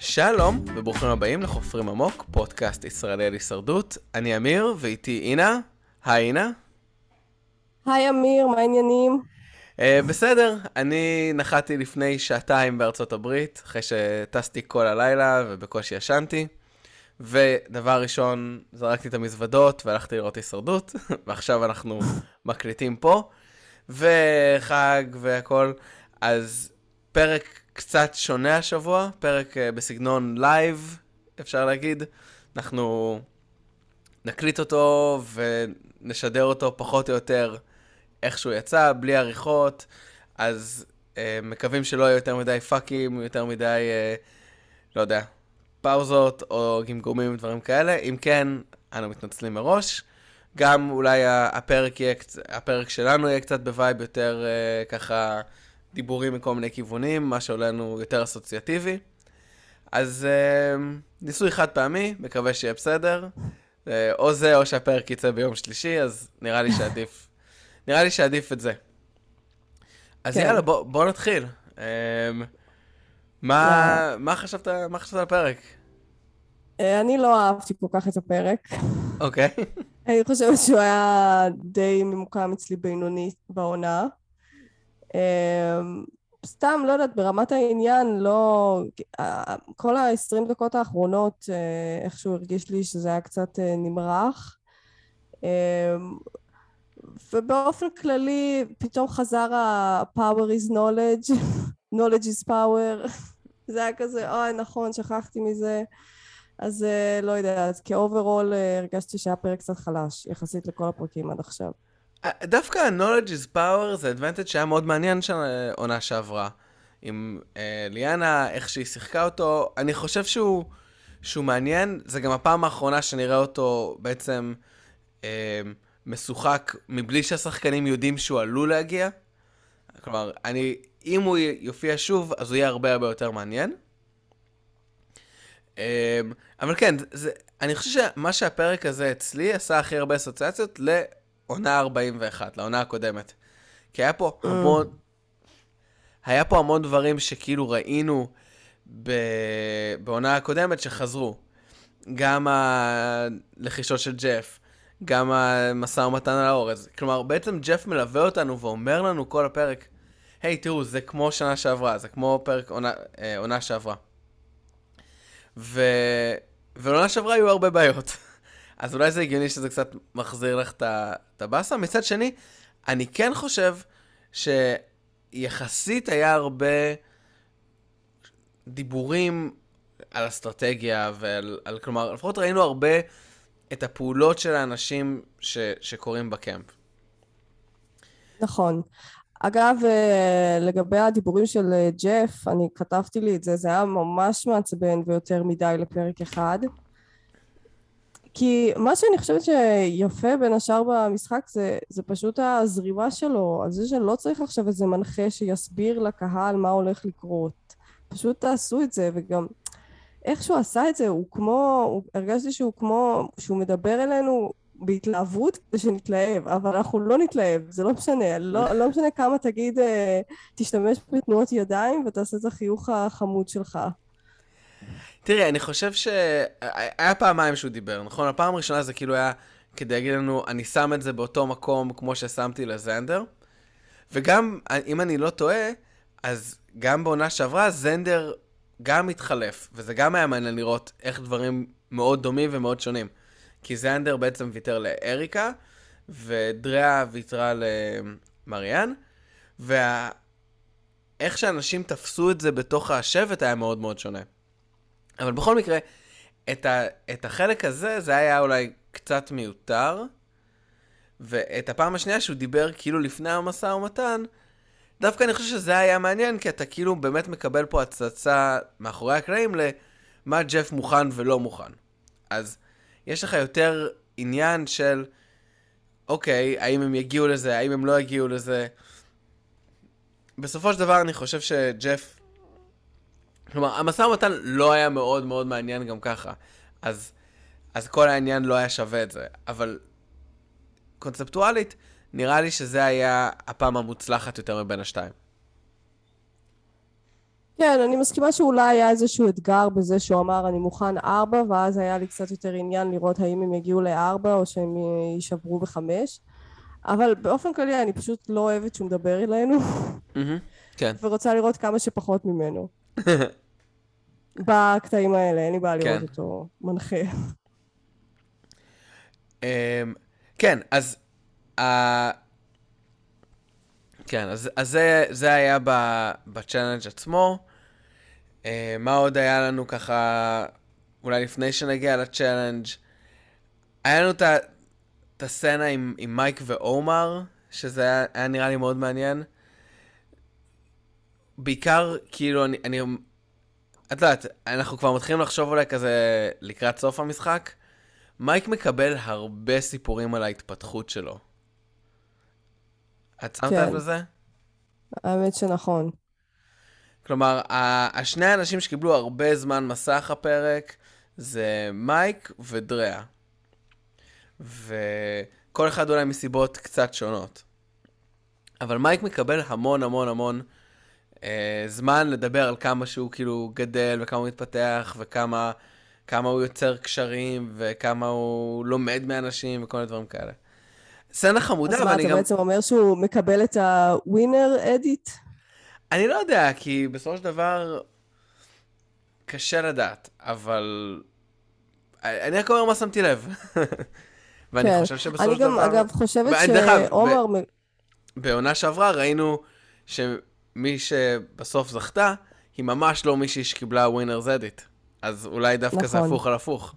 שלום וברוכים הבאים לחופרים עמוק, פודקאסט ישראלי על הישרדות. אני אמיר ואיתי אינה. היי אינה. היי אמיר, מה העניינים? בסדר, אני נחתי לפני שעתיים בארצות הברית, אחרי שטסתי כל הלילה ובקושי ישנתי. ודבר ראשון, זרקתי את המזוודות והלכתי לראות הישרדות, ועכשיו אנחנו מקליטים פה. וחג והכל. אז פרק קצת שונה השבוע, פרק בסגנון לייב, אפשר להגיד. אנחנו נקליט אותו ונשדר אותו פחות או יותר איך שהוא יצא, בלי עריכות. אז מקווים שלא יהיו יותר מדי פאקים, יותר מדי, לא יודע, פאוזות או גמגומים ודברים כאלה. אם כן, אנו מתנצלים מראש. גם אולי הפרק שלנו יהיה קצת בווייב יותר ככה דיבורים מכל מיני כיוונים, מה שעולה לנו יותר אסוציאטיבי. אז ניסוי חד פעמי, מקווה שיהיה בסדר. או זה או שהפרק יצא ביום שלישי, אז נראה לי שעדיף את זה. אז כן. יאללה, בוא נתחיל. מה חשבת על הפרק? אני לא אהבתי כל כך את הפרק. אוקיי. אני חושבת שהוא היה די ממוקם אצלי בינוני בעונה. סתם, לא יודעת, ברמת העניין, לא... כל ה-20 דקות האחרונות, איכשהו הרגיש לי שזה היה קצת נמרח. ובאופן כללי, פתאום חזר ה-power is knowledge, knowledge is power. זה היה כזה, אוי, נכון, שכחתי מזה. אז לא יודעת, כאוברול הרגשתי שהיה פרק קצת חלש, יחסית לכל הפרקים עד עכשיו. דווקא ה-knowledge is power זה advantage שהיה מאוד מעניין שעונה שעברה. עם ליאנה, איך שהיא שיחקה אותו, אני חושב שהוא מעניין, זה גם הפעם האחרונה שנראה אותו בעצם משוחק מבלי שהשחקנים יודעים שהוא עלול להגיע. כלומר, אם הוא יופיע שוב, אז הוא יהיה הרבה הרבה יותר מעניין. אבל כן, אני חושב שמה שהפרק הזה אצלי עשה הכי הרבה אסוציאציות לעונה 41, לעונה הקודמת. כי היה פה המון דברים שכאילו ראינו בעונה הקודמת שחזרו. גם הלחישות של ג'ף, גם המשא ומתן על האורז. כלומר, בעצם ג'ף מלווה אותנו ואומר לנו כל הפרק, היי, תראו, זה כמו שנה שעברה, זה כמו פרק עונה שעברה. ולעונה שעברה היו הרבה בעיות. אז אולי זה הגיוני שזה קצת מחזיר לך את הבאסה. מצד שני, אני כן חושב שיחסית היה הרבה דיבורים על אסטרטגיה, כלומר, לפחות ראינו הרבה את הפעולות של האנשים שקורים בקמפ. נכון. אגב, לגבי הדיבורים של ג'ף, אני כתבתי לי את זה, זה היה ממש מעצבן ויותר מדי לפרק אחד. כי מה שאני חושבת שיפה בין השאר במשחק זה פשוט הזרימה שלו, על זה שלא צריך עכשיו איזה מנחה שיסביר לקהל מה הולך לקרות. פשוט תעשו את זה, וגם איך שהוא עשה את זה, הרגשתי שהוא מדבר אלינו בהתלהבות ושנתלהב, אבל אנחנו לא נתלהב, זה לא משנה, לא משנה כמה תגיד, תשתמש בתנועות ידיים ותעשה את החיוך החמוד שלך. תראי, אני חושב היה פעמיים שהוא דיבר, נכון? הפעם הראשונה זה כאילו היה כדי להגיד לנו, אני שם את זה באותו מקום כמו ששמתי לזנדר. וגם, אם אני לא טועה, אז גם בעונה שעברה, זנדר גם מתחלף. וזה גם היה מעניין לראות איך דברים מאוד דומים ומאוד שונים. כי זנדר בעצם ויתר לאריקה, ודריה ויתרה למריאן, ואיך שאנשים תפסו את זה בתוך השבט היה מאוד מאוד שונה. אבל בכל מקרה, את החלק הזה, זה היה אולי קצת מיותר, ואת הפעם השנייה שהוא דיבר כאילו לפני המשא ומתן, דווקא אני חושב שזה היה מעניין, כי אתה כאילו באמת מקבל פה הצצה מאחורי הקלעים למה ג'ף מוכן ולא מוכן. אז יש לך יותר עניין של, אוקיי, האם הם יגיעו לזה, האם הם לא יגיעו לזה. בסופו של דבר אני חושב שג'ף, כלומר, המשא ומתן לא היה מאוד מאוד מעניין גם ככה. אז כל העניין לא היה שווה את זה. אבל קונספטואלית, נראה לי שזה היה הפעם המוצלחת יותר מבין השתיים. כן, אני מסכימה שאולי היה איזשהו אתגר בזה שהוא אמר אני מוכן 4, ואז היה לי קצת יותר עניין לראות האם הם יגיעו ל4 או שהם יישברו ב5. אבל באופן כללי אני פשוט לא אוהבת שהוא מדבר אלינו, מהמם, כן, ורוצה לראות כמה שפחות ממנו. בקטעים האלה, אין לי בעיה לראות כן. אותו מנחה. אמ, כן, אז... ה- כן, אז זה היה בצ'אלנג' עצמו. מה עוד היה לנו ככה, אולי לפני שנגיע לצ'אלנג', היה לנו את הסצנה עם מייק ועומר, שזה היה נראה לי מאוד מעניין. בעיקר, כאילו, את יודעת, אנחנו כבר מתחילים לחשוב אולי כזה לקראת סוף המשחק. מייק מקבל הרבה סיפורים על ההתפתחות שלו. את שמת לב כן, לזה? האמת שנכון. כלומר, השני האנשים שקיבלו הרבה זמן מסך הפרק זה מייק ודריה. וכל אחד אולי מסיבות קצת שונות. אבל מייק מקבל המון המון המון זמן לדבר על כמה שהוא כאילו גדל וכמה הוא מתפתח וכמה הוא יוצר קשרים וכמה הוא לומד מאנשים וכל מיני דברים כאלה. סצנה חמודה, אז מה, ואני אתה גם... בעצם אומר שהוא מקבל את הווינר אדיט? אני לא יודע, כי בסופו של דבר קשה לדעת, אבל אני רק אומר מה שמתי לב. ואני כן. חושב שבסופו אני של גם, דבר... אגב, חושבת דרך אגב, שעומר... בעונה שעברה ראינו שמי שבסוף זכתה, היא ממש לא מישהי שקיבלה ווינרס אדיט. אז אולי דווקא זה נכון. הפוך על הפוך.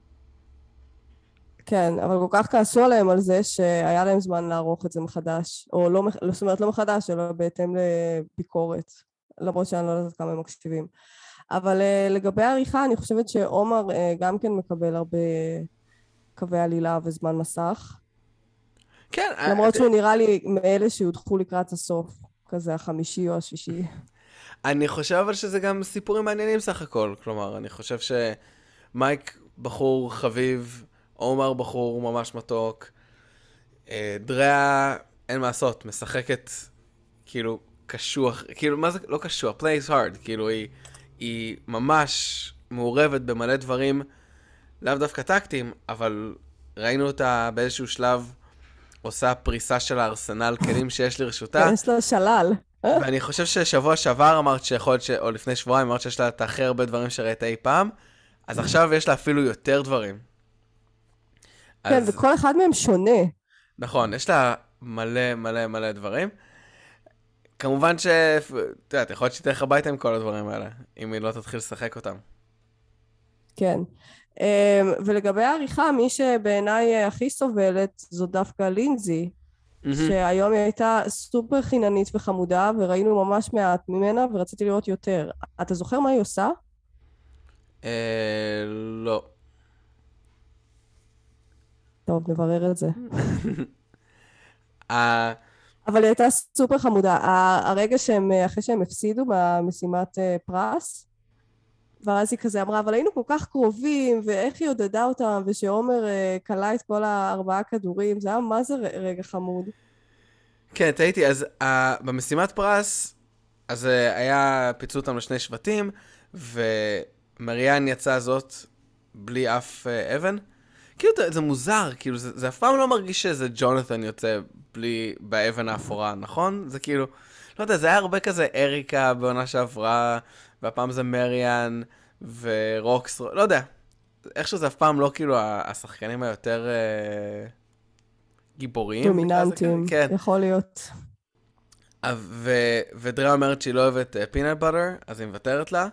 כן, אבל כל כך כעסו עליהם על זה שהיה להם זמן לערוך את זה מחדש. או לא, זאת אומרת, לא מחדש, אלא בהתאם לביקורת. למרות שאני לא יודעת כמה הם מקשיבים. אבל לגבי העריכה, אני חושבת שעומר גם כן מקבל הרבה קווי עלילה וזמן מסך. כן, למרות שהוא נראה לי מאלה שהודחו לקראת הסוף, כזה החמישי או השישי. אני חושב אבל שזה גם סיפורים מעניינים סך הכל. כלומר, אני חושב שמייק בחור חביב, עומר בחור ממש מתוק, דריה, אין מה לעשות, משחקת כאילו קשוח, כאילו מה זה לא קשוח, plays hard, כאילו היא ממש מעורבת במלא דברים, לאו דווקא טקטיים, אבל ראינו אותה באיזשהו שלב עושה פריסה של הארסנל כלים שיש לרשותה, יש לו שלל. ואני חושב ששבוע שעבר אמרת שיכול להיות, או לפני שבועיים אמרת שיש לה את הכי הרבה דברים שראית אי פעם, אז עכשיו יש לה אפילו יותר דברים. כן, אז וכל אחד מהם שונה. נכון, יש לה מלא מלא מלא דברים. כמובן את יודעת, יכול להיות שתלך הביתה עם כל הדברים האלה, אם היא לא תתחיל לשחק אותם. כן. ולגבי העריכה, מי שבעיניי הכי סובלת זו דווקא לינזי, מהמם. שהיום היא הייתה סופר חיננית וחמודה, וראינו ממש מעט ממנה, ורציתי לראות יותר. אתה זוכר מה היא עושה? לא. טוב, נברר את זה. אה, אבל היא הייתה סופר חמודה. הרגע שהם, אחרי שהם הפסידו במשימת פרס, ואז היא כזה אמרה, אבל היינו כל כך קרובים, ואיך היא עודדה אותם, ושעומר קלה את כל 4 כדורים, זה היה מה זה רגע חמוד. כן, טעיתי, אז במשימת פרס, אז היה, פיצלו אותם לשני שבטים, ומריאן יצאה זאת בלי אף אבן. כאילו זה מוזר, כאילו זה אף פעם לא מרגיש שזה ג'ונתן יוצא בלי, באבן האפורה, נכון? זה כאילו, לא יודע, זה היה הרבה כזה אריקה בעונה שעברה, והפעם זה מריאן ורוקס, לא יודע. איכשהו זה אף פעם לא כאילו השחקנים היותר גיבורים. דומיננטים, כן. יכול להיות. ודריה אומרת שהיא לא אוהבת פינאט בטר, אז היא מוותרת לה.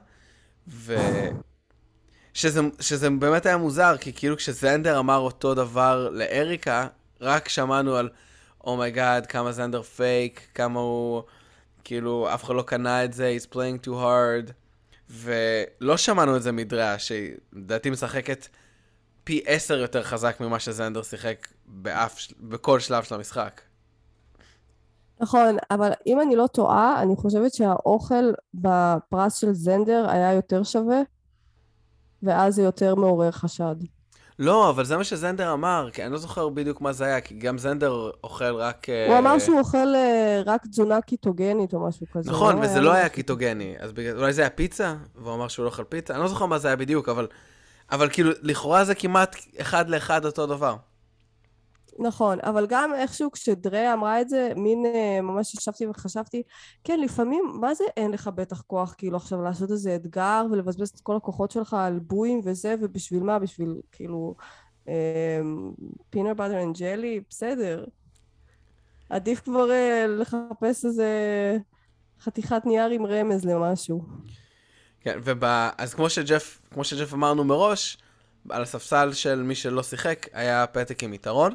שזה באמת היה מוזר, כי כאילו כשזנדר אמר אותו דבר לאריקה, רק שמענו על, אומייגאד, כמה זנדר פייק, כמה הוא, כאילו, אף אחד לא קנה את זה, he's playing too hard, ולא שמענו את זה מדריה, שלדעתי משחקת פי 10 יותר חזק ממה שזנדר שיחק בכל שלב של המשחק. נכון, אבל אם אני לא טועה, אני חושבת שהאוכל בפרס של זנדר היה יותר שווה, ואז זה יותר מעורר חשד. לא, אבל זה מה שזנדר אמר, כי אני לא זוכר בדיוק מה זה היה, כי גם זנדר אוכל רק... הוא אמר שהוא אוכל רק תזונה קיטוגנית או משהו כזה. נכון, לא? וזה היה לא לו היה משהו. קיטוגני, אז אולי זה היה פיצה, והוא אמר שהוא לא אוכל פיצה, אני לא זוכר מה זה היה בדיוק, אבל כאילו, לכאורה זה כמעט אחד לאחד אותו דבר. נכון, אבל גם איכשהו כשדרה אמרה את זה, מין ממש ישבתי וחשבתי, כן, לפעמים, מה זה אין לך בטח כוח, כאילו עכשיו לעשות איזה אתגר ולבזבז את כל הכוחות שלך על בויים וזה, ובשביל מה? בשביל כאילו פינר באטר אנד ג'לי, בסדר. עדיף כבר לחפש איזה חתיכת נייר עם רמז למשהו. כן, אז כמו שג'ף אמרנו מראש, על הספסל של מי שלא שיחק, היה פתק עם יתרון,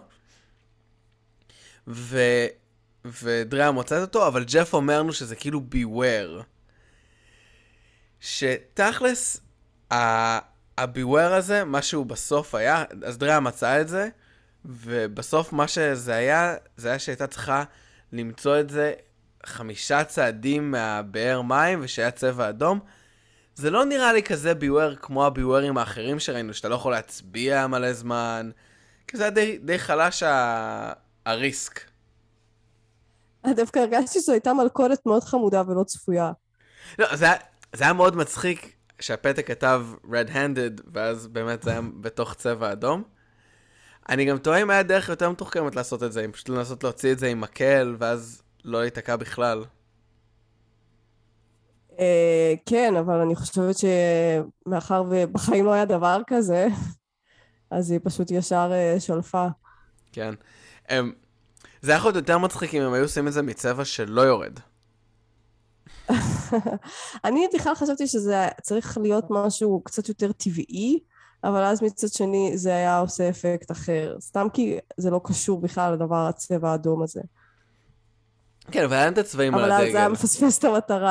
ו... ודריה מוצאת אותו, אבל ג'ף אומר לנו שזה כאילו beware. שתכלס, ה-beware הזה, מה שהוא בסוף היה, אז דריה מצא את זה, ובסוף מה שזה היה, זה היה שהייתה צריכה למצוא את זה 5 צעדים מהבאר מים, ושהיה צבע אדום. זה לא נראה לי כזה beware כמו הביוורים האחרים שראינו, שאתה לא יכול להצביע מלא זמן, כי זה היה די חלש הריסק. דווקא הרגשתי שזו הייתה מלכודת מאוד חמודה ולא צפויה. לא, זה היה מאוד מצחיק שהפתק כתב red-handed, ואז באמת זה היה בתוך צבע אדום. אני גם טועה אם היה דרך יותר מתוחכמת לעשות את זה, אם פשוט לנסות להוציא את זה עם מקל, ואז לא להיתקע בכלל. כן, אבל אני חושבת שמאחר ובחיים לא היה דבר כזה, אז היא פשוט ישר שלפה. כן. זה היה יכול להיות יותר מצחיק אם הם היו עושים את זה מצבע שלא יורד. אני בכלל חשבתי שזה צריך להיות משהו קצת יותר טבעי, אבל אז מצד שני זה היה עושה אפקט אחר. סתם כי זה לא קשור בכלל לדבר הצבע האדום הזה. כן, אבל היה את הצבעים על אבל אז זה היה הדגל. מפספס את המטרה.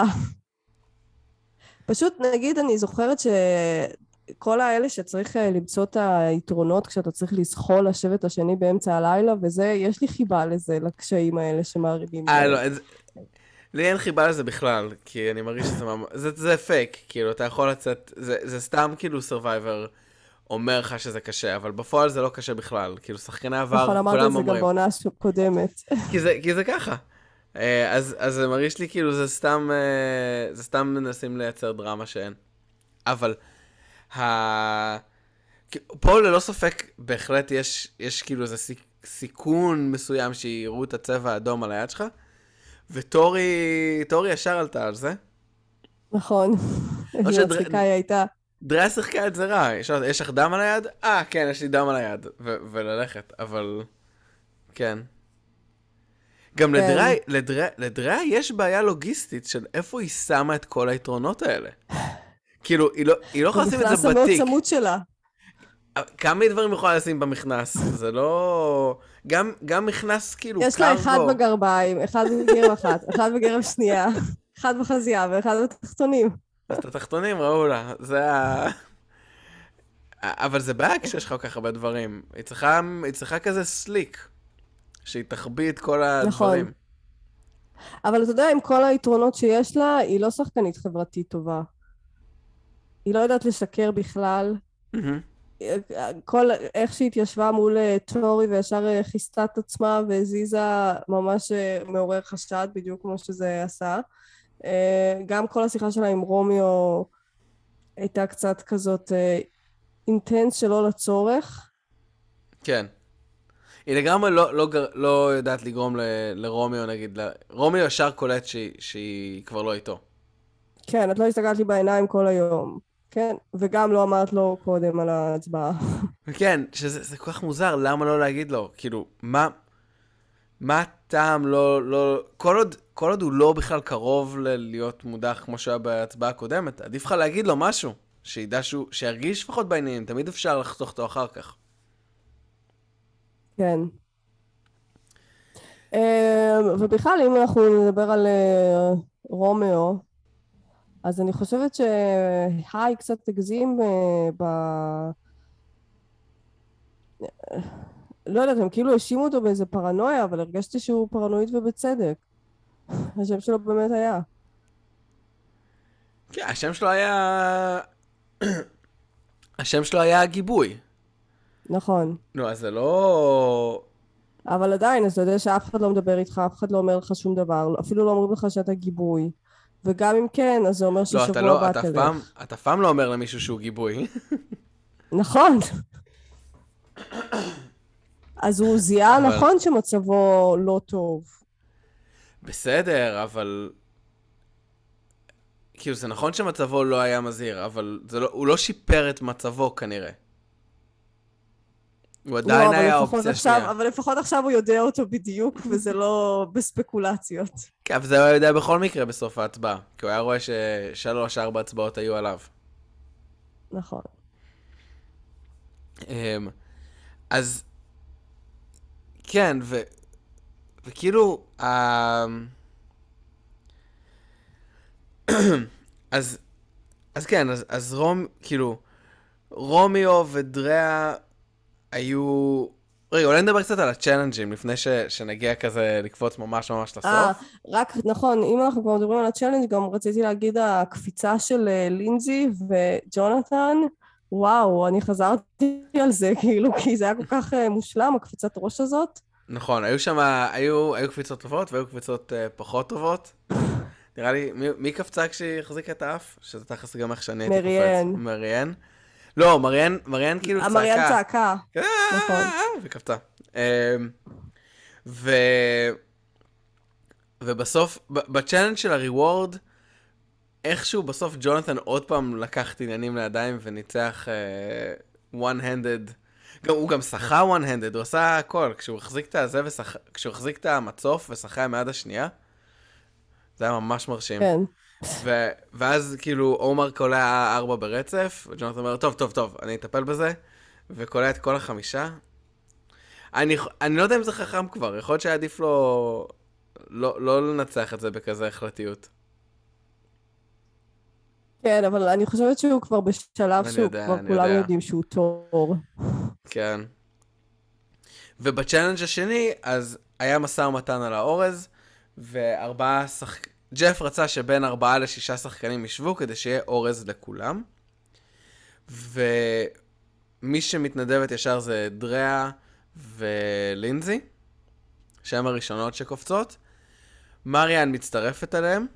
פשוט נגיד אני זוכרת שכל האלה שצריך למצוא את היתרונות כשאתה צריך לזחול לשבת השני באמצע הלילה וזה, יש לי חיבה לזה, לקשיים האלה שמערימים. לא, לי אין חיבה לזה בכלל, כי אני מרגיש שזה זה פייק, כאילו, אתה יכול לצאת, זה סתם כאילו סרווייבר אומר לך שזה קשה, אבל בפועל זה לא קשה בכלל, כאילו, שחקני עבר, נכון, אמרת כולם את זה גם אומרים. בעונה קודמת. כי זה ככה. אז זה מרגיש לי כאילו זה סתם מנסים לייצר דרמה שאין. אבל, פה ללא ספק, בהחלט יש כאילו איזה סיכון מסוים שיראו את הצבע האדום על היד שלך, וטורי ישר עלתה על זה. נכון. איזה מצחיקה היא הייתה. דריה שיחקה את זה רע. יש לך דם על היד? כן, יש לי דם על היד. וללכת, אבל... כן. גם לדריה יש בעיה לוגיסטית של איפה היא שמה את כל היתרונות האלה. כאילו, היא לא יכולה לשים את זה בתיק. המאוד צמוד שלה. כמה דברים יכולה לשים במכנס? זה לא... גם מכנס כאילו קרגו. יש לה אחד בגרביים, אחד בגרב אחת, אחד בגרב שנייה, אחד בחזייה ואחד בתחתונים. אז את התחתונים ראו לה, אבל זה בעיה כשיש לך כל כך הרבה דברים. היא צריכה כזה סליק, שהיא תחביא את כל הדברים. נכון. אבל אתה יודע, עם כל היתרונות שיש לה, היא לא שחקנית חברתית טובה. היא לא יודעת לשקר בכלל. איך שהיא התיישבה מול טורי וישר חיסתה את עצמה והזיזה ממש מעורר חשד, בדיוק כמו שזה עשה. גם כל השיחה שלה עם רומיו הייתה קצת כזאת אינטנס שלא לצורך. כן. היא לגמרי לא יודעת לגרום לרומיו, נגיד. רומיו ישר קולט שהיא כבר לא איתו. כן, את לא הסתכלת לי בעיניים כל היום. כן, וגם לא אמרת לו קודם על ההצבעה. כן, שזה כל כך מוזר, למה לא להגיד לו? כאילו, מה הטעם כל עוד הוא לא בכלל קרוב להיות מודח כמו שהיה בהצבעה הקודמת, עדיף לך להגיד לו משהו, שידע שירגיש לפחות בעניינים, תמיד אפשר לחתוך אותו אחר כך. כן. ובכלל, אם אנחנו נדבר על רומיו, אז אני חושבת שהי קצת הגזים לא יודעת, הם כאילו האשימו אותו באיזה פרנויה, אבל הרגשתי שהוא פרנואיד ובצדק. השם שלו באמת היה. כן, השם שלו היה הגיבוי. נכון. נו, אז זה לא... אבל עדיין, אז אתה יודע שאף אחד לא מדבר איתך, אף אחד לא אומר לך שום דבר, אפילו לא אומרים לך שאתה גיבוי. וגם אם כן, אז זה אומר לא, אתה ששבוע לא, הבא תלך. אתה אף פעם לא אומר למישהו שהוא גיבוי. נכון. אז הוא זיהה אבל... נכון שמצבו לא טוב. בסדר, אבל... כאילו, זה נכון שמצבו לא היה מזהיר, אבל הוא לא שיפר את מצבו כנראה. הוא לא, עדיין היה אופציה שנייה. אבל לפחות עכשיו הוא יודע אותו בדיוק, וזה לא בספקולציות. כן, אבל זה הוא יודע בכל מקרה בסוף ההצבעה. כי הוא היה רואה ש3-4 הצבעות היו עליו. נכון. אז, כן, וכאילו, אז, אז כן, אז כאילו, רומיו ודריה היו... רגע, אולי נדבר קצת על הצ'אלנג'ים, לפני שנגיע כזה לקפוץ ממש ממש לסוף. רק נכון, אם אנחנו כבר מדברים על הצ'אלנג', גם רציתי להגיד הקפיצה של לינזי וג'ונתן, וואו, אני חזרתי על זה, כאילו, כי זה היה כל כך מושלם, הקפיצת ראש הזאת. נכון, היו שם, היו קפיצות טובות והיו קפיצות פחות טובות. נראה לי, מי קפצה כשהיא החזיקה את האף? שזה תכף גם איך שאני הייתי קופץ. מריאן. מריאן? לא, מריאן כאילו צעקה. מריאן צעקה, נכון. וקפצה. ובסוף, בצ'אלנג' של הריוורד, איכשהו בסוף ג'ונתן עוד פעם לקח את עניינים לידיים וניצח one-handed. הוא גם שחה one-handed, הוא עשה הכל. כשהוא החזיק את המצוף ושחה עם היד השנייה, זה היה ממש מרשים. כן. ואז כאילו עומר קולע 4 ברצף, וג'ונתן אומר, טוב, אני אטפל בזה, וקולע את כל 5. אני לא יודע אם זה חכם כבר, יכול להיות שהיה עדיף לו לא לנצח את זה בכזה החלטיות. כן, אבל אני חושבת שהוא כבר בשלב שהוא כבר כולם יודעים שהוא תור. כן. ובצ'אלנג' השני, אז היה משא ומתן על האורז, ג'ף רצה שבין 4 ל6 שחקנים ישבו כדי שיהיה אורז לכולם. ומי שמתנדבת ישר זה דריה ולינזי, שהם הראשונות שקופצות. מריאן מצטרפת אליהם,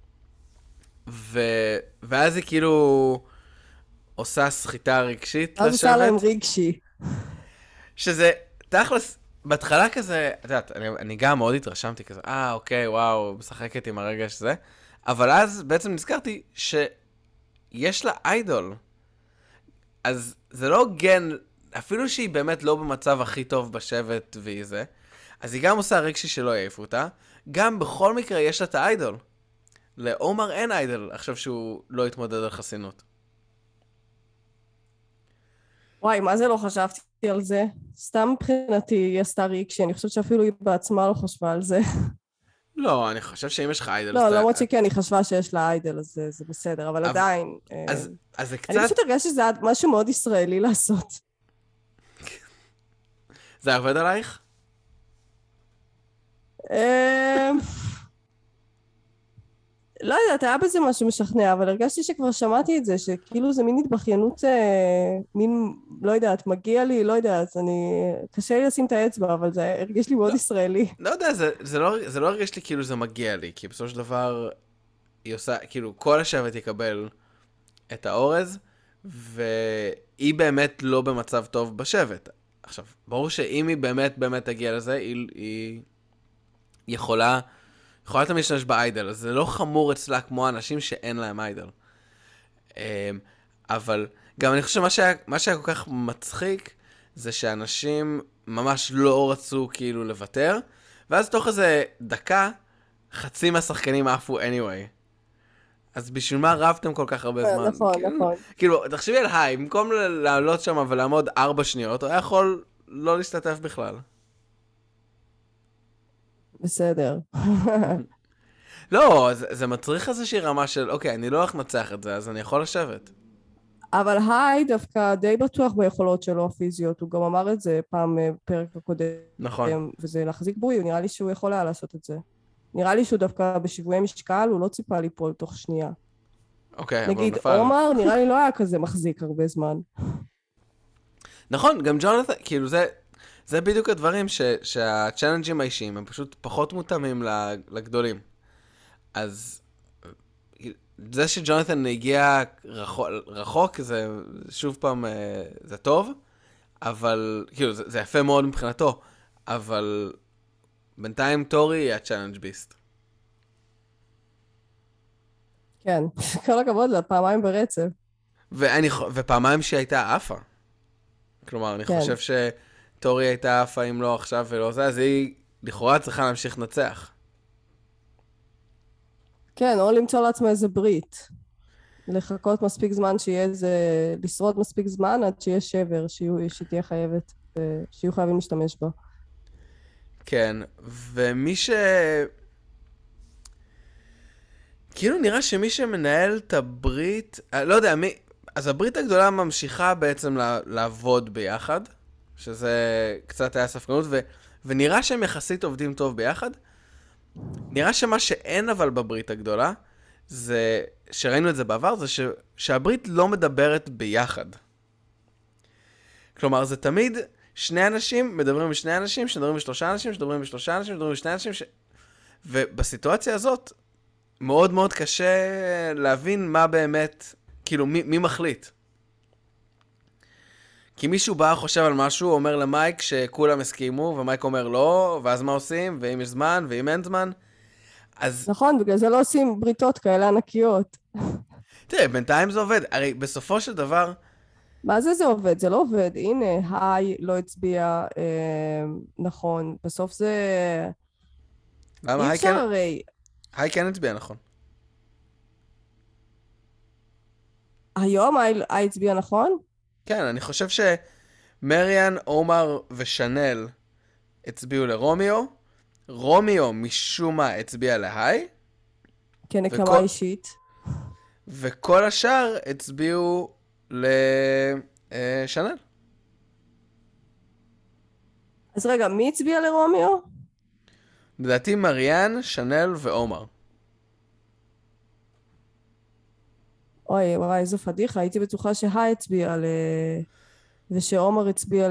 ואז היא כאילו עושה סחיטה רגשית לשבת. אז עושה להם רגשי. שזה תכלס, בהתחלה כזה, את יודעת, אני גם מאוד התרשמתי כזה, אוקיי, וואו, משחקת עם הרגע שזה, אבל אז בעצם נזכרתי שיש לה איידול. אז זה לא גן, אפילו שהיא באמת לא במצב הכי טוב בשבט והיא זה, אז היא גם עושה רגשי שלא יעיפו אותה, גם בכל מקרה יש לה את האיידול. לעומר אין איידול, עכשיו שהוא לא יתמודד על חסינות. וואי, מה זה לא חשבתי על זה? סתם מבחינתי היא עשתה רגשי, אני חושבת שאפילו היא בעצמה לא חשבה על זה. לא, אני חושב שאם יש לך איידול... לא, למרות שכן, היא חשבה שיש לה איידול, אז זה בסדר, אבל עדיין... אז זה קצת... אני פשוט הרגשתי שזה משהו מאוד ישראלי לעשות. זה עובד עלייך? לא יודעת, היה בזה משהו משכנע, אבל הרגשתי שכבר שמעתי את זה, שכאילו זה מין התבכיינות, מין, לא יודעת, מגיע לי, לא יודעת, קשה לי לשים את האצבע, אבל זה הרגיש לי מאוד ישראלי. לא יודע, זה לא הרגיש לי כאילו זה מגיע לי, כי בסופו של דבר היא עושה, כאילו כל השבט יקבל את האורז, והיא באמת לא במצב טוב בשבט. עכשיו, ברור שאם היא באמת תגיע לזה, היא יכולה תמיד להשתמש באיידל, אז זה לא חמור אצלה כמו אנשים שאין להם איידל. אבל גם אני חושב שמה שהיה כל כך מצחיק, זה שאנשים ממש לא רצו כאילו לוותר, ואז תוך איזה דקה, חצי מהשחקנים עפו anyway. אז בשביל מה רבתם כל כך הרבה זמן? נכון. כאילו, תחשבי על היי, במקום לעלות שם ולעמוד 4 שניות, הוא היה יכול לא להשתתף בכלל. בסדר. לא, זה מצריך איזושהי רמה של, אוקיי, אני לא הולך לנצח את זה, אז אני יכול לשבת. אבל היי דווקא די בטוח ביכולות שלו הפיזיות, הוא גם אמר את זה פעם בפרק הקודם. נכון. וזה להחזיק בוי, נראה לי שהוא יכול היה לעשות את זה. נראה לי שהוא דווקא בשיווי משקל, הוא לא ציפה ליפול תוך שנייה. אוקיי, אבל נגיד, נפל. עומר נראה לי לא היה כזה מחזיק הרבה זמן. נכון, גם ג'ונתן, כאילו זה בדיוק הדברים שהצ'אלנג'ים האישיים הם פשוט פחות מותאמים לגדולים. אז זה שג'ונתן הגיע רחוק, זה שוב פעם, זה טוב, אבל, כאילו, זה יפה מאוד מבחינתו, אבל בינתיים טורי היא הצ'אלנג' ביסט. כן, כל הכבוד לה, פעמיים ברצף. ופעמיים שהיא הייתה אפה. כלומר, אני כן. חושב שטורי הייתה אפה אם לא עכשיו ולא זה, אז היא לכאורה צריכה להמשיך לנצח. כן, או למצוא לעצמה איזה ברית. לחכות מספיק זמן שיהיה איזה... לשרוד מספיק זמן עד שיהיה שבר, שתהיה חייבת, שיהיו חייבים להשתמש בה. כן, כאילו נראה שמי שמנהל את הברית, לא יודע, אז הברית הגדולה ממשיכה בעצם לעבוד ביחד, שזה קצת היה ספקנות, ונראה שהם יחסית עובדים טוב ביחד. נראה שמה שאין אבל בברית הגדולה, זה, שראינו את זה בעבר, זה שהברית לא מדברת ביחד. כלומר, זה תמיד שני אנשים מדברים עם שני אנשים, שמדברים עם שלושה אנשים, שמדברים עם שלושה אנשים, שמדברים עם שני אנשים, ובסיטואציה הזאת, מאוד מאוד קשה להבין מה באמת, כאילו, מי מחליט. כי מישהו בא, חושב על משהו, אומר למייק שכולם הסכימו, ומייק אומר לא, ואז מה עושים, ואם יש זמן, ואם אין זמן, אז... נכון, בגלל זה לא עושים בריתות כאלה ענקיות. תראה, בינתיים זה עובד. הרי בסופו של דבר... מה זה עובד? זה לא עובד. הנה, היי לא הצביע נכון. בסוף זה... למה? אי אפשר הרי... היי כן הצביע נכון. היום היי הצביע נכון? כן, אני חושב שמריאן, עומר ושנל הצביעו לרומיו. רומיו משום מה הצביע להיי. כנקמה אישית. וכל השאר הצביעו לשנל. אז רגע, מי הצביע לרומיו? לדעתי מריאן, שנל ועומר. אוי, וואי, איזו פדיחה. הייתי בטוחה שהי הצביע ושעומר הצביע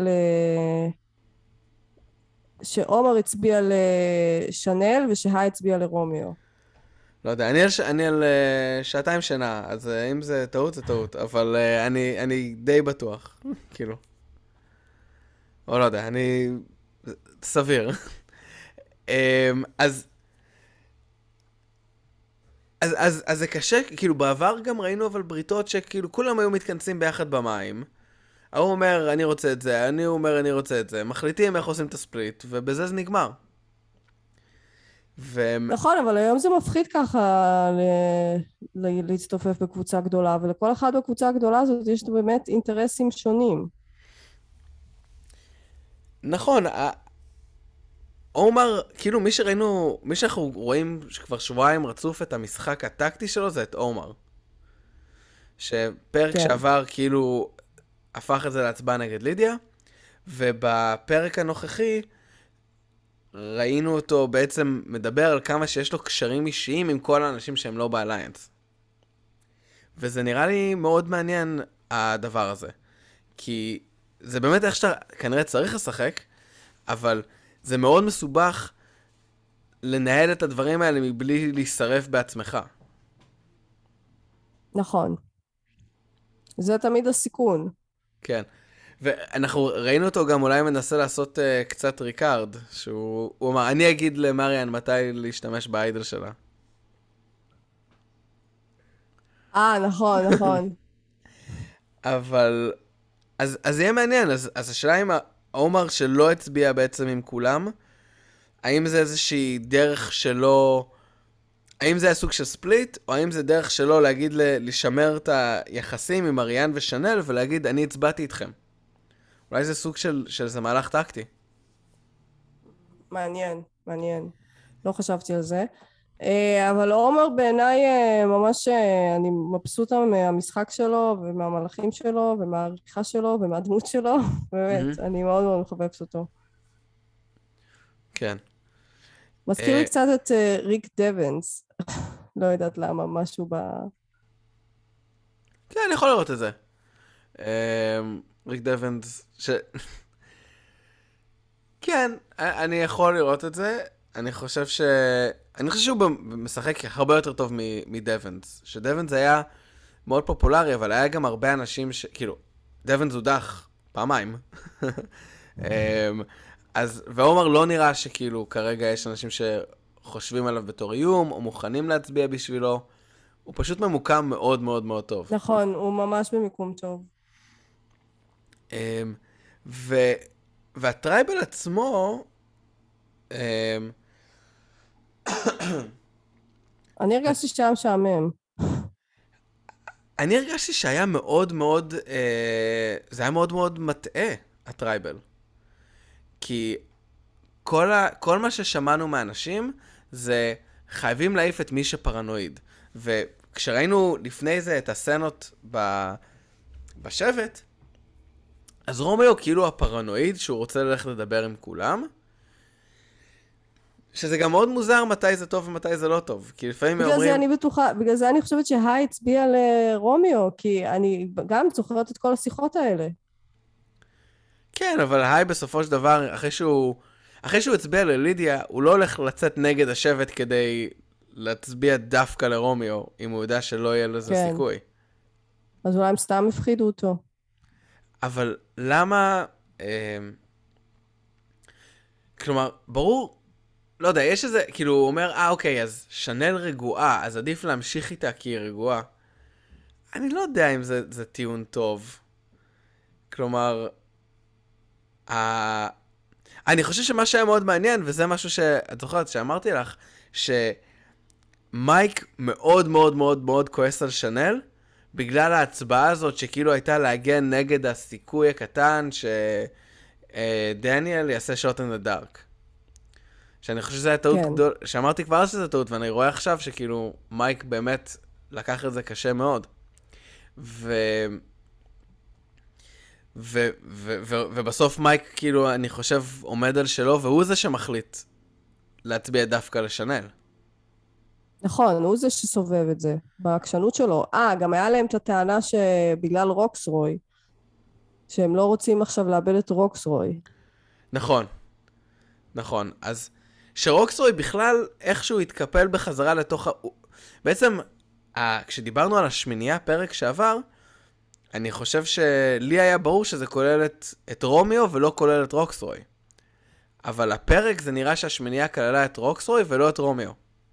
שעומר הצביע לשנל ושהי הצביע לרומיו. לא יודע, אני על שעתיים שינה, אז אם זה טעות, זה טעות, אבל אני די בטוח, כאילו. או לא יודע, אני... סביר. אז זה קשה, כאילו בעבר גם ראינו אבל בריתות שכאילו כולם היו מתכנסים ביחד במים. הוא אומר אני רוצה את זה, אני אומר אני רוצה את זה, מחליטים איך עושים את הספליט, ובזה זה נגמר. נכון, אבל היום זה מפחיד ככה להצטופף בקבוצה גדולה, ולכל אחד בקבוצה הגדולה הזאת יש באמת אינטרסים שונים. נכון, עומר, כאילו מי שאנחנו רואים שכבר שבועיים רצוף את המשחק הטקטי שלו זה את עומר. שפרק שעבר כאילו הפך את זה להצבעה נגד לידיה, ובפרק הנוכחי ראינו אותו בעצם מדבר על כמה שיש לו קשרים אישיים עם כל האנשים שהם לא באליינס. וזה נראה לי מאוד מעניין הדבר הזה. כי זה באמת איך שאתה כנראה צריך לשחק, אבל זה מאוד מסובך לנהל את הדברים האלה מבלי להישרף בעצמך. נכון. זה תמיד הסיכון. כן. ואנחנו ראינו אותו גם אולי מנסה לעשות קצת ריקארד, שהוא אמר, אני אגיד למריאן מתי להשתמש באיידל שלה. נכון, נכון. אבל, אז יהיה מעניין, אז השאלה אם עומר שלא הצביע בעצם עם כולם, האם זה איזושהי דרך שלו, האם זה הסוג של ספליט, או האם זה דרך שלו להגיד לשמר את היחסים עם מריאן ושנל, ולהגיד, אני הצבעתי איתכם. אולי זה סוג של זה מהלך טקטי. מעניין, מעניין. לא חשבתי על זה. אבל עומר בעיניי ממש, אני מבסוטה מהמשחק שלו, ומהמהלכים שלו, ומהעריכה שלו, ומהדמות שלו. באמת, אני מאוד מאוד מחבבת אותו. כן. מזכיר לי קצת את ריק דבנס. לא יודעת למה, משהו ב... כן, אני יכול לראות את זה. ריק דבנס, כן, אני יכול לראות את זה. אני חושב שהוא משחק הרבה יותר טוב מדבנס. שדבנס היה מאוד פופולרי, אבל היה גם הרבה אנשים כאילו, דבנס הודח פעמיים. ועומר לא נראה שכאילו כרגע יש אנשים שחושבים עליו בתור איום, או מוכנים להצביע בשבילו. הוא פשוט ממוקם מאוד מאוד מאוד טוב. נכון, הוא ממש במיקום טוב. והטרייבל עצמו, אני הרגשתי שהיה משעמם. אני הרגשתי שהיה מאוד מאוד, זה היה מאוד מאוד מטעה, הטרייבל. כי כל מה ששמענו מאנשים, זה חייבים להעיף את מי שפרנואיד. וכשראינו לפני זה את הסצנות בשבט, אז רומיו כאילו הפרנואיד שהוא רוצה ללכת לדבר עם כולם, שזה גם מאוד מוזר מתי זה טוב ומתי זה לא טוב, כי לפעמים אומרים... בגלל זה אני חושבת שהי הצביע לרומיו, כי אני גם זוכרת את כל השיחות האלה. כן, אבל היי בסופו של דבר, אחרי שהוא הצביע ללידיה, הוא לא הולך לצאת נגד השבט כדי להצביע דווקא לרומיו, אם הוא יודע שלא יהיה לזה סיכוי. אז אולי הם סתם הפחידו אותו. אבל למה... כלומר, ברור, לא יודע, יש איזה, כאילו הוא אומר, אוקיי, אז שנל רגועה, אז עדיף להמשיך איתה כי היא רגועה. אני לא יודע אם זה טיעון טוב. כלומר, אני חושב שמה שהיה מאוד מעניין, וזה משהו שאת זוכרת שאמרתי לך, שמייק מאוד מאוד מאוד מאוד כועס על שנל, בגלל ההצבעה הזאת שכאילו הייתה להגן נגד הסיכוי הקטן שדניאל יעשה שוט אין הדארק. שאני חושב שזה היה טעות גדול, שאמרתי כבר שזה טעות, ואני רואה עכשיו שכאילו מייק באמת לקח את זה קשה מאוד. ובסוף מייק כאילו אני חושב עומד על שלו, והוא זה שמחליט להצביע דווקא לשנל. נכון, הוא זה שסובב את זה, בעקשנות שלו. גם היה להם את הטענה שבגלל רוקסרוי, שהם לא רוצים עכשיו לאבד את רוקסרוי. נכון, נכון. אז שרוקסרוי בכלל איכשהו התקפל בחזרה לתוך בעצם, כשדיברנו על השמינייה פרק שעבר, אני חושב שלי היה ברור שזה כולל את רומיו ולא כולל את רוקסרוי. אבל הפרק זה נראה שהשמינייה כללה את רוקסרוי ולא את רומיו.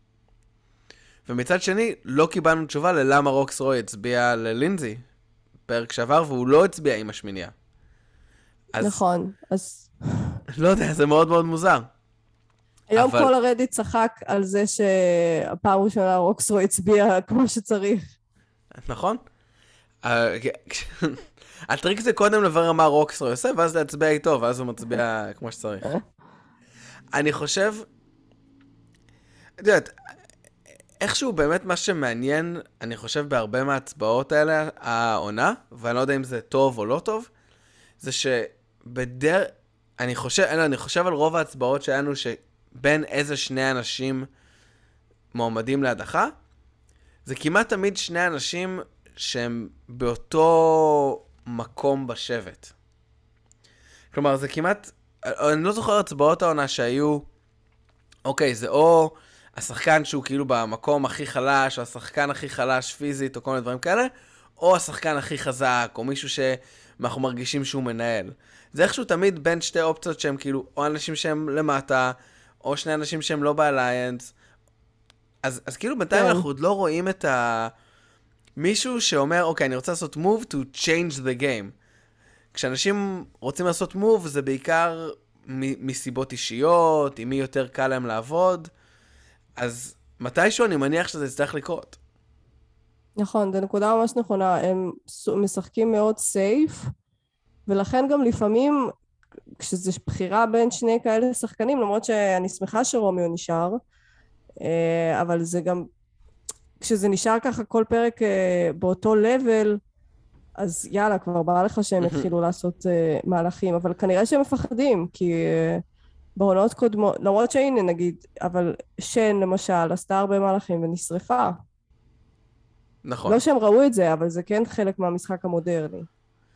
ומצד שני, לא קיבלנו תשובה ללמה רוקסרוי הצביע ללינזי פרק שעבר, והוא לא הצביע עם השמינייה. נכון, אז... לא יודע, זה מאוד מאוד מוזר. היום כל הרדיט צחק על זה שהפעם ראשונה רוקסרוי הצביע כמו שצריך. נכון? הטריק זה קודם לברר מה רוקסרוי עושה, ואז להצביע איתו, ואז הוא מצביע כמו שצריך. אני חושב... את יודעת, איכשהו באמת מה שמעניין, אני חושב בהרבה מההצבעות האלה, העונה, ואני לא יודע אם זה טוב או לא טוב, זה אני חושב על רוב ההצבעות שהיינו שבין איזה שני אנשים מועמדים להדחה, זה כמעט תמיד שני אנשים שהם באותו מקום בשבט. כלומר, זה כמעט, אני לא זוכר הצבעות העונה שהיו, אוקיי, זה או השחקן שהוא כאילו במקום הכי חלש, או השחקן הכי חלש פיזית, או כל מיני דברים כאלה, או השחקן הכי חזק, או מישהו שאנחנו מרגישים שהוא מנהל. זה איכשהו תמיד בין שתי אופציות שהם כאילו, או אנשים שהם למטה, או שני אנשים שהם לא באליינס. אז כאילו בינתיים אנחנו עוד לא רואים את מישהו שאומר, אוקיי, אני רוצה לעשות move to change the game. כשאנשים רוצים לעשות move, זה בעיקר מסיבות אישיות, עם מי יותר קל להם לעבוד, אז מתישהו אני מניח שזה יצטרך לקרות. נכון, זו נקודה ממש נכונה. הם משחקים מאוד סייף, ולכן גם לפעמים, כשזו בחירה בין שני כאלה שחקנים, למרות שאני שמחה שרומיו נשאר, אבל זה גם, כשזה נשאר ככה כל פרק באותו לבל, אז יאללה, כבר בא לך שהם התחילו לעשות מהלכים, אבל כנראה שהם מפחדים, כי בעונות קודמות, למרות שהנה נגיד, אבל שן למשל עשתה הרבה מהלכים ונשרפה. נכון. לא שהם ראו את זה, אבל זה כן חלק מהמשחק המודרני.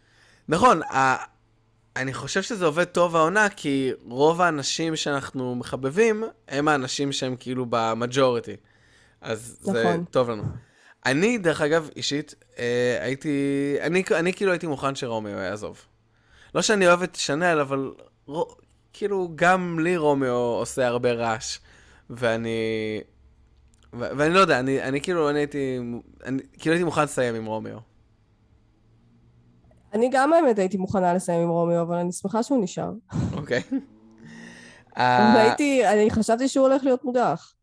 נכון, אני חושב שזה עובד טוב העונה, כי רוב האנשים שאנחנו מחבבים, הם האנשים שהם כאילו במג'וריטי. אז זה נכון. טוב לנו. אני, דרך אגב, אישית, אני כאילו הייתי מוכן שרומיו יעזוב. לא שאני אוהב את שנל, אבל כאילו גם לי רומיו עושה הרבה רעש. ואני לא יודע, אני כאילו, כאילו הייתי מוכן לסיים עם רומיו. אני גם האמת הייתי מוכנה לסיים עם רומיו, אבל אני שמחה שהוא נשאר. אוקיי. אני חשבתי שהוא הולך להיות מודח.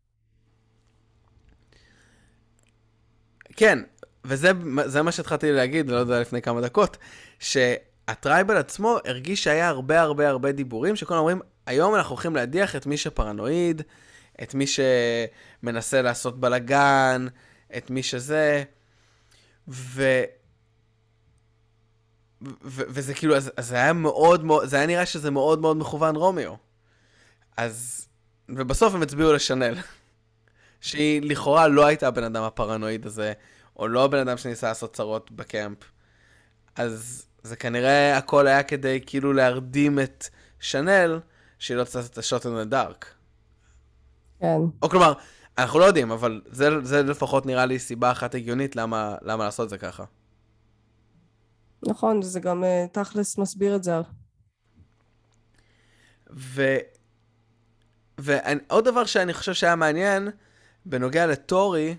כן, וזה מה שהתחלתי להגיד, לא יודע, לפני כמה דקות, שהטרייבל עצמו הרגיש שהיה הרבה הרבה הרבה דיבורים, שכולם אומרים, היום אנחנו הולכים להדיח את מי שפרנואיד, את מי שמנסה לעשות בלגן, את מי שזה, וזה כאילו, אז זה היה מאוד מאוד, זה היה נראה שזה מאוד מאוד מכוון רומיו. ובסוף הם הצביעו לשנל, שהיא לכאורה לא הייתה הבן אדם הפרנואיד הזה, או לא הבן אדם שניסה לעשות צרות בקמפ. אז זה כנראה הכל היה כדי כאילו להרדים את שנל, שהיא לא תעשה את השוט אין הדארק. כן. או כלומר, אנחנו לא יודעים, אבל זה לפחות נראה לי סיבה אחת הגיונית למה לעשות זה ככה. נכון, זה גם תכלס מסביר את זה. ועוד דבר שאני חושב שהיה מעניין, בנוגע לטורי,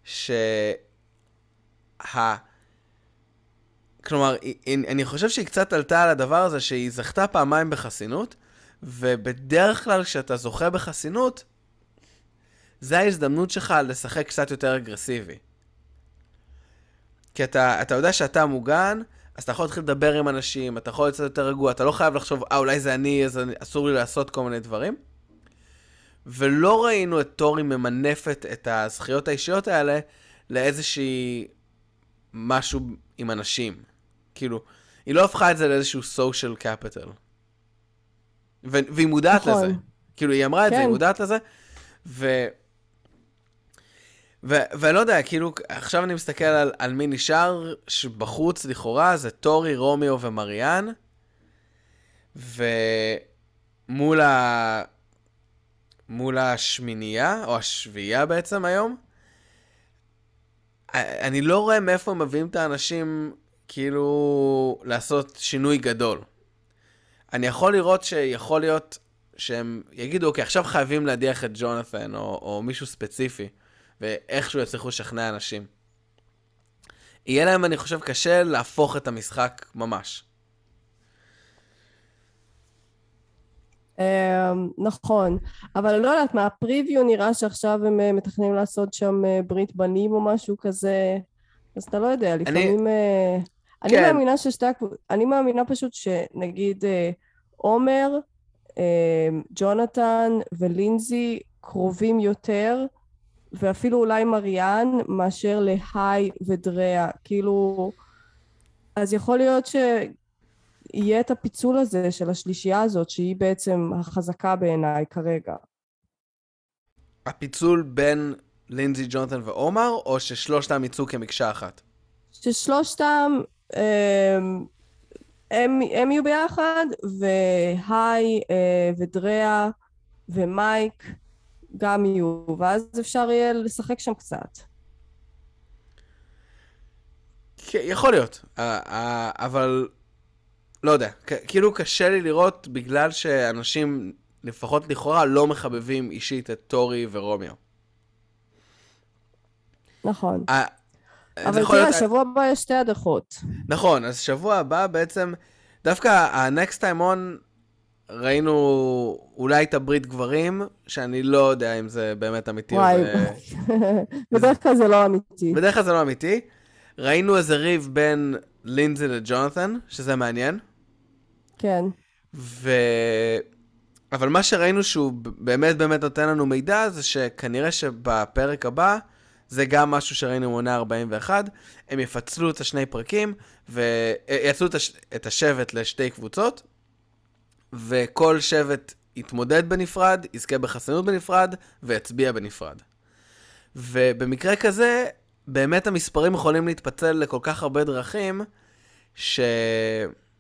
כלומר, אני חושב שהיא קצת עלתה על הדבר הזה, שהיא זכתה פעמיים בחסינות, ובדרך כלל כשאתה זוכה בחסינות, זה ההזדמנות שלך לשחק קצת יותר אגרסיבי. כי אתה יודע שאתה מוגן, אז אתה יכול להתחיל לדבר עם אנשים, אתה יכול לצאת יותר רגוע, אתה לא חייב לחשוב, אולי זה אני, אז אסור לי לעשות כל מיני דברים. ולא ראינו את טורי ממנפת את הזכיות האישיות האלה לאיזושהי משהו עם אנשים. כאילו, היא לא הפכה את זה לאיזשהו social capital. והיא מודעת נכון. לזה. כאילו, היא אמרה את כן. זה, היא מודעת לזה. ואני לא יודע, כאילו, עכשיו אני מסתכל על מי נשאר, שבחוץ לכאורה זה טורי, רומיו ומריאן. ומול מול השמינייה, או השביעייה בעצם היום, אני לא רואה מאיפה הם מביאים את האנשים, כאילו, לעשות שינוי גדול. אני יכול לראות שיכול להיות שהם יגידו, אוקיי, עכשיו חייבים להדיח את ג'ונת'ן, או מישהו ספציפי, ואיכשהו יצליחו לשכנע אנשים. יהיה להם, אני חושב, קשה להפוך את המשחק ממש. נכון, אבל אני לא יודעת, מהפריוויו נראה שעכשיו הם מתכננים לעשות שם ברית בנים או משהו כזה, אז אתה לא יודע, לפעמים... אני כן. מאמינה אני מאמינה פשוט שנגיד עומר, ג'ונתן ולינזי קרובים יותר, ואפילו אולי מריאן, מאשר להי ודריה, כאילו... אז יכול להיות יהיה את הפיצול הזה של השלישייה הזאת, שהיא בעצם החזקה בעיניי כרגע. הפיצול בין לינזי, ג'ונתן ועומר, או ששלושתם יצאו כמקשה אחת? ששלושתם הם יהיו ביחד, והי ודריה ומייק גם יהיו, ואז אפשר יהיה לשחק שם קצת. יכול להיות, אבל לא יודע, כאילו קשה לי לראות בגלל שאנשים לפחות לכאורה לא מחבבים אישית את טורי ורומיו. נכון. אבל תראה, שבוע הבא יש 2 הדחות. נכון, אז שבוע הבא בעצם, דווקא ה-next time on ראינו אולי את הברית גברים, שאני לא יודע אם זה באמת אמיתי. וואי, בדרך כלל זה לא אמיתי. בדרך כלל זה לא אמיתי. ראינו איזה ריב בין לינזי לג'ונת'ן, שזה מעניין. כן. אבל מה שראינו שהוא באמת באמת נותן לנו מידע, זה שכנראה שבפרק הבא, זה גם משהו שראינו מונה 41, הם יפצלו את השני פרקים, ויצלו את השבט לשתי קבוצות, וכל שבט יתמודד בנפרד, יזכה בחסינות בנפרד, ויצביע בנפרד. ובמקרה כזה, באמת המספרים יכולים להתפצל לכל כך הרבה דרכים,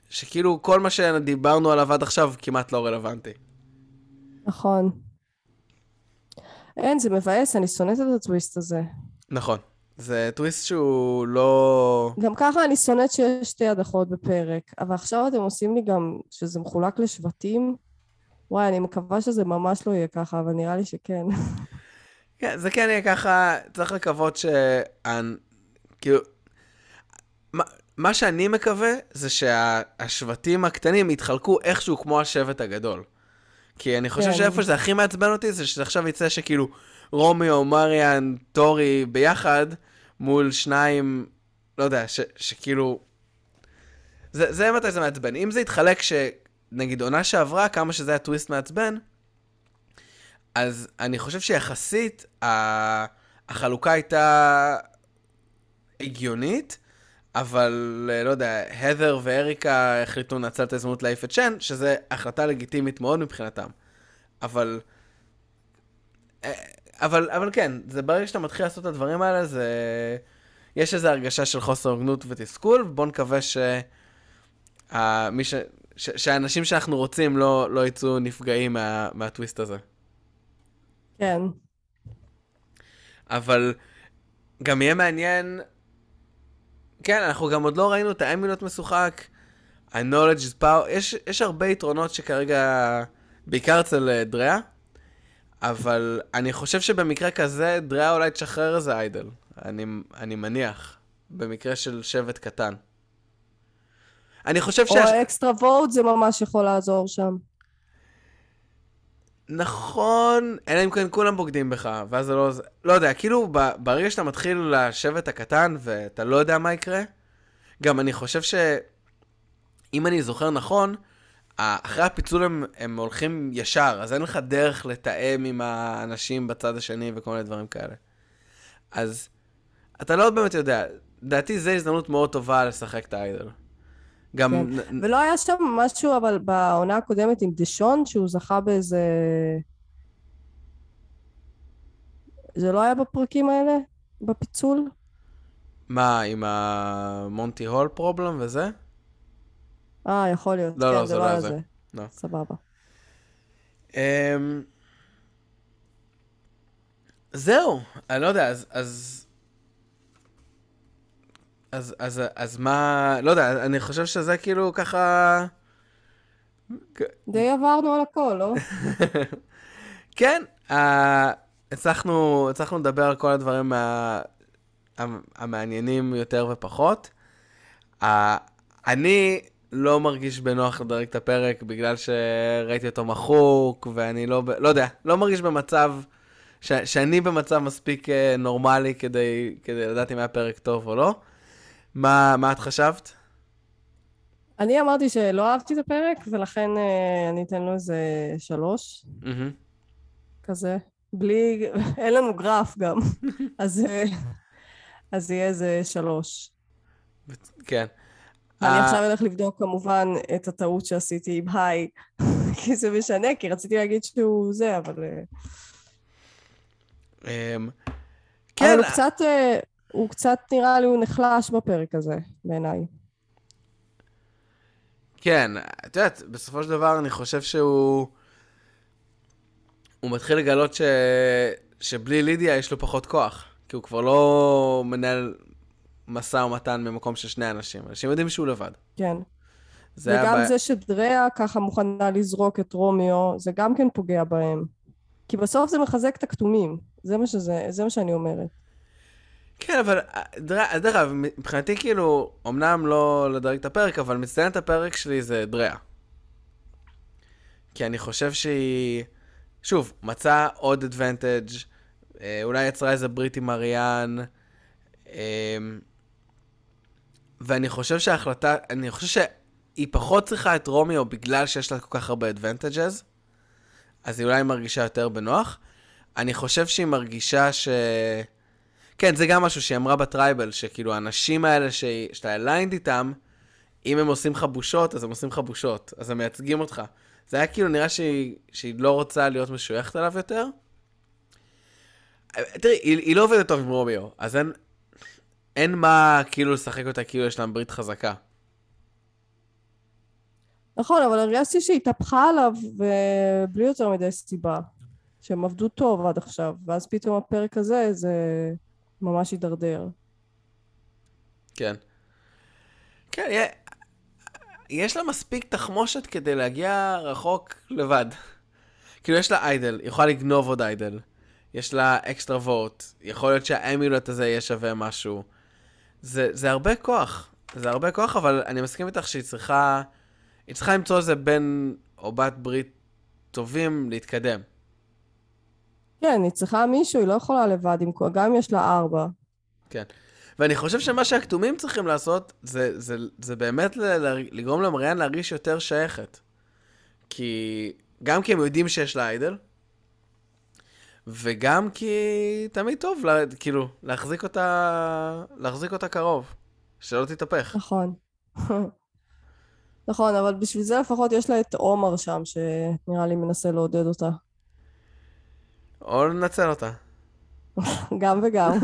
שכאילו כל מה שדיברנו עליו עד עכשיו כמעט לא רלוונטי. נכון. אין, זה מבאס, אני שונאת את הטוויסט הזה. נכון. זה טוויסט שהוא לא... גם ככה אני שונאת שיש שתי הדחות בפרק, אבל עכשיו אתם עושים לי גם שזה מחולק לשבטים. וואי, אני מקווה שזה ממש לא יהיה ככה, אבל נראה לי שכן. כן, זה כן יהיה ככה, צריך לקוות כאילו, מה שאני מקווה זה שהשבטים הקטנים יתחלקו איכשהו כמו השבט הגדול. כי אני חושב כן. שאיפה שזה הכי מעצבן אותי זה שעכשיו יצא שכאילו רומיו, מריאן, טורי ביחד מול שניים, לא יודע, שכאילו... זה מתי זה מעצבן. אם זה יתחלק שנגיד עונה שעברה, כמה שזה היה טוויסט מעצבן, אז אני חושב שיחסית החלוקה הייתה הגיונית, אבל לא יודע, הדר ואריקה החליטו לנצל את ההזדמנות להעיף את שן, שזה החלטה לגיטימית מאוד מבחינתם. אבל כן, זה ברגע שאתה מתחיל לעשות את הדברים האלה, יש איזו הרגשה של חוסר הוגנות ותסכול, ובוא נקווה שהאנשים שאנחנו רוצים לא יצאו נפגעים מהטוויסט הזה. כן. אבל גם יהיה מעניין, כן, אנחנו גם עוד לא ראינו את האמילות משוחק, ה-knowledge is power, יש הרבה יתרונות שכרגע, בעיקר אצל דריה, אבל אני חושב שבמקרה כזה, דריה אולי תשחרר איזה איידל, אני מניח, במקרה של שבט קטן. אני חושב או אקסטרה וורד זה ממש יכול לעזור שם. נכון, אלא אם כן כולם בוגדים בך, ואז זה לא יודע, כאילו ברגע שאתה מתחיל לשבט הקטן ואתה לא יודע מה יקרה, גם אני חושב שאם אני זוכר נכון, אחרי הפיצול הם הולכים ישר, אז אין לך דרך לתאם עם האנשים בצד השני וכל מיני דברים כאלה. אז אתה לא באמת יודע, דעתי זו הזדמנות מאוד טובה לשחק את האיידל. גם... כן. ולא היה שם משהו, אבל בעונה הקודמת עם דשון, שהוא זכה באיזה... זה לא היה בפרקים האלה? בפיצול? מה, עם המונטי הול פרובלם וזה? יכול להיות. לא, כן, לא, זה לא היה זה. לא. סבבה. זהו, אני לא יודע, אז מה, לא יודע, אני חושב שזה כאילו ככה... די עברנו על הכל, לא? כן, הצלחנו לדבר על כל הדברים המעניינים יותר ופחות. אני לא מרגיש בנוח לדרג את הפרק בגלל שראיתי אותו מחוק, ואני לא יודע, לא מרגיש במצב, שאני במצב מספיק נורמלי כדי לדעת אם היה פרק טוב או לא. מה את חשבת? אני אמרתי שלא אהבתי את הפרק, ולכן אני אתן לו איזה 3. כזה. בלי... אין לנו גרף גם. אז יהיה איזה 3. כן. אני עכשיו הולך לבדוק כמובן את הטעות שעשיתי עם היי, כי זה משנה, כי רציתי להגיד שהוא זה, אבל... כן. אבל הוא קצת נראה לי, הוא נחלש בפרק הזה, בעיניי. כן, את יודעת, בסופו של דבר אני חושב שהוא מתחיל לגלות שבלי לידיה יש לו פחות כוח, כי הוא כבר לא מנהל משא ומתן ממקום של שני אנשים. אנשים יודעים שהוא לבד. כן. וגם זה שדריה ככה מוכנה לזרוק את רומיו, זה גם כן פוגע בהם. כי בסוף זה מחזק את הכתומים. זה מה שאני אומרת. כן, אבל דריה, מבחינתי כאילו, אמנם לא לדרג את הפרק, אבל מצטיין את הפרק שלי זה דריה. כי אני חושב שהיא, שוב, מצאה עוד אדוונטג', אולי יצרה איזה ברית עם אריאן, ואני חושב שההחלטה, אני חושב שהיא פחות צריכה את רומיו בגלל שיש לה כל כך הרבה advantages, אז היא אולי מרגישה יותר בנוח. אני חושב שהיא מרגישה כן, זה גם משהו שהיא אמרה בטרייבל, שכאילו האנשים האלה שאתה אליינד איתם, אם הם עושים לך בושות, אז הם עושים לך בושות, אז הם מייצגים אותך. זה היה כאילו נראה שהיא לא רוצה להיות משויכת אליו יותר. תראי, היא לא עובדת טוב עם רומיו, אז אין מה כאילו לשחק אותה כאילו יש להם ברית חזקה. נכון, אבל הרגשתי שהתהפכה עליו ובלי יותר מדי סיבה. שהם עבדו טוב עד עכשיו, ואז פתאום הפרק הזה זה ממש הידרדר. כן. כן, יש לה מספיק תחמושת כדי להגיע רחוק לבד. כאילו יש לה איידל, היא יכולה לגנוב עוד איידל. יש לה אקסטרה וורט, יכול להיות שהאמילוט הזה יהיה שווה משהו. זה הרבה כוח. זה הרבה כוח, אבל אני מסכים איתך שהיא צריכה למצוא איזה בן או בת ברית טובים להתקדם. כן, היא צריכה מישהו, היא לא יכולה לבד, גם אם יש לה 4. כן. ואני חושב שמה שהכתומים צריכים לעשות, זה באמת לגרום למריאן להרגיש יותר שייכת. גם כי הם יודעים שיש לה איידל, וגם כי תמיד טוב, כאילו, להחזיק אותה קרוב, שלא תתהפך. נכון. נכון, אבל בשביל זה לפחות יש לה את עומר שם, שנראה לי מנסה לעודד אותה. או לנצל אותה. גם וגם.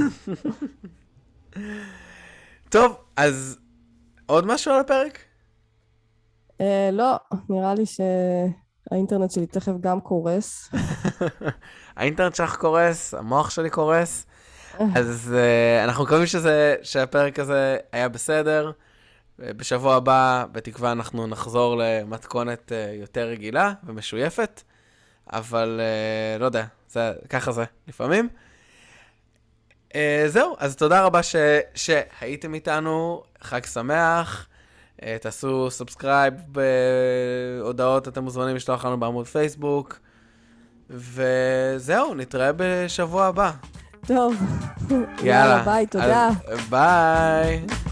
טוב, אז עוד משהו על הפרק? לא, נראה לי שהאינטרנט שלי תכף גם קורס. האינטרנט שלך קורס, המוח שלי קורס, אז אנחנו מקווים שהפרק הזה היה בסדר. בשבוע הבא, בתקווה, אנחנו נחזור למתכונת יותר רגילה ומשויפת, אבל לא יודע, ככה זה לפעמים. זהו, אז תודה רבה שהייתם איתנו, חג שמח, תעשו סאבסקרייב בהודעות, אתם מוזמנים לשלוח לנו בעמוד פייסבוק, וזהו, נתראה בשבוע הבא. טוב, יאללה, ביי, תודה. ביי.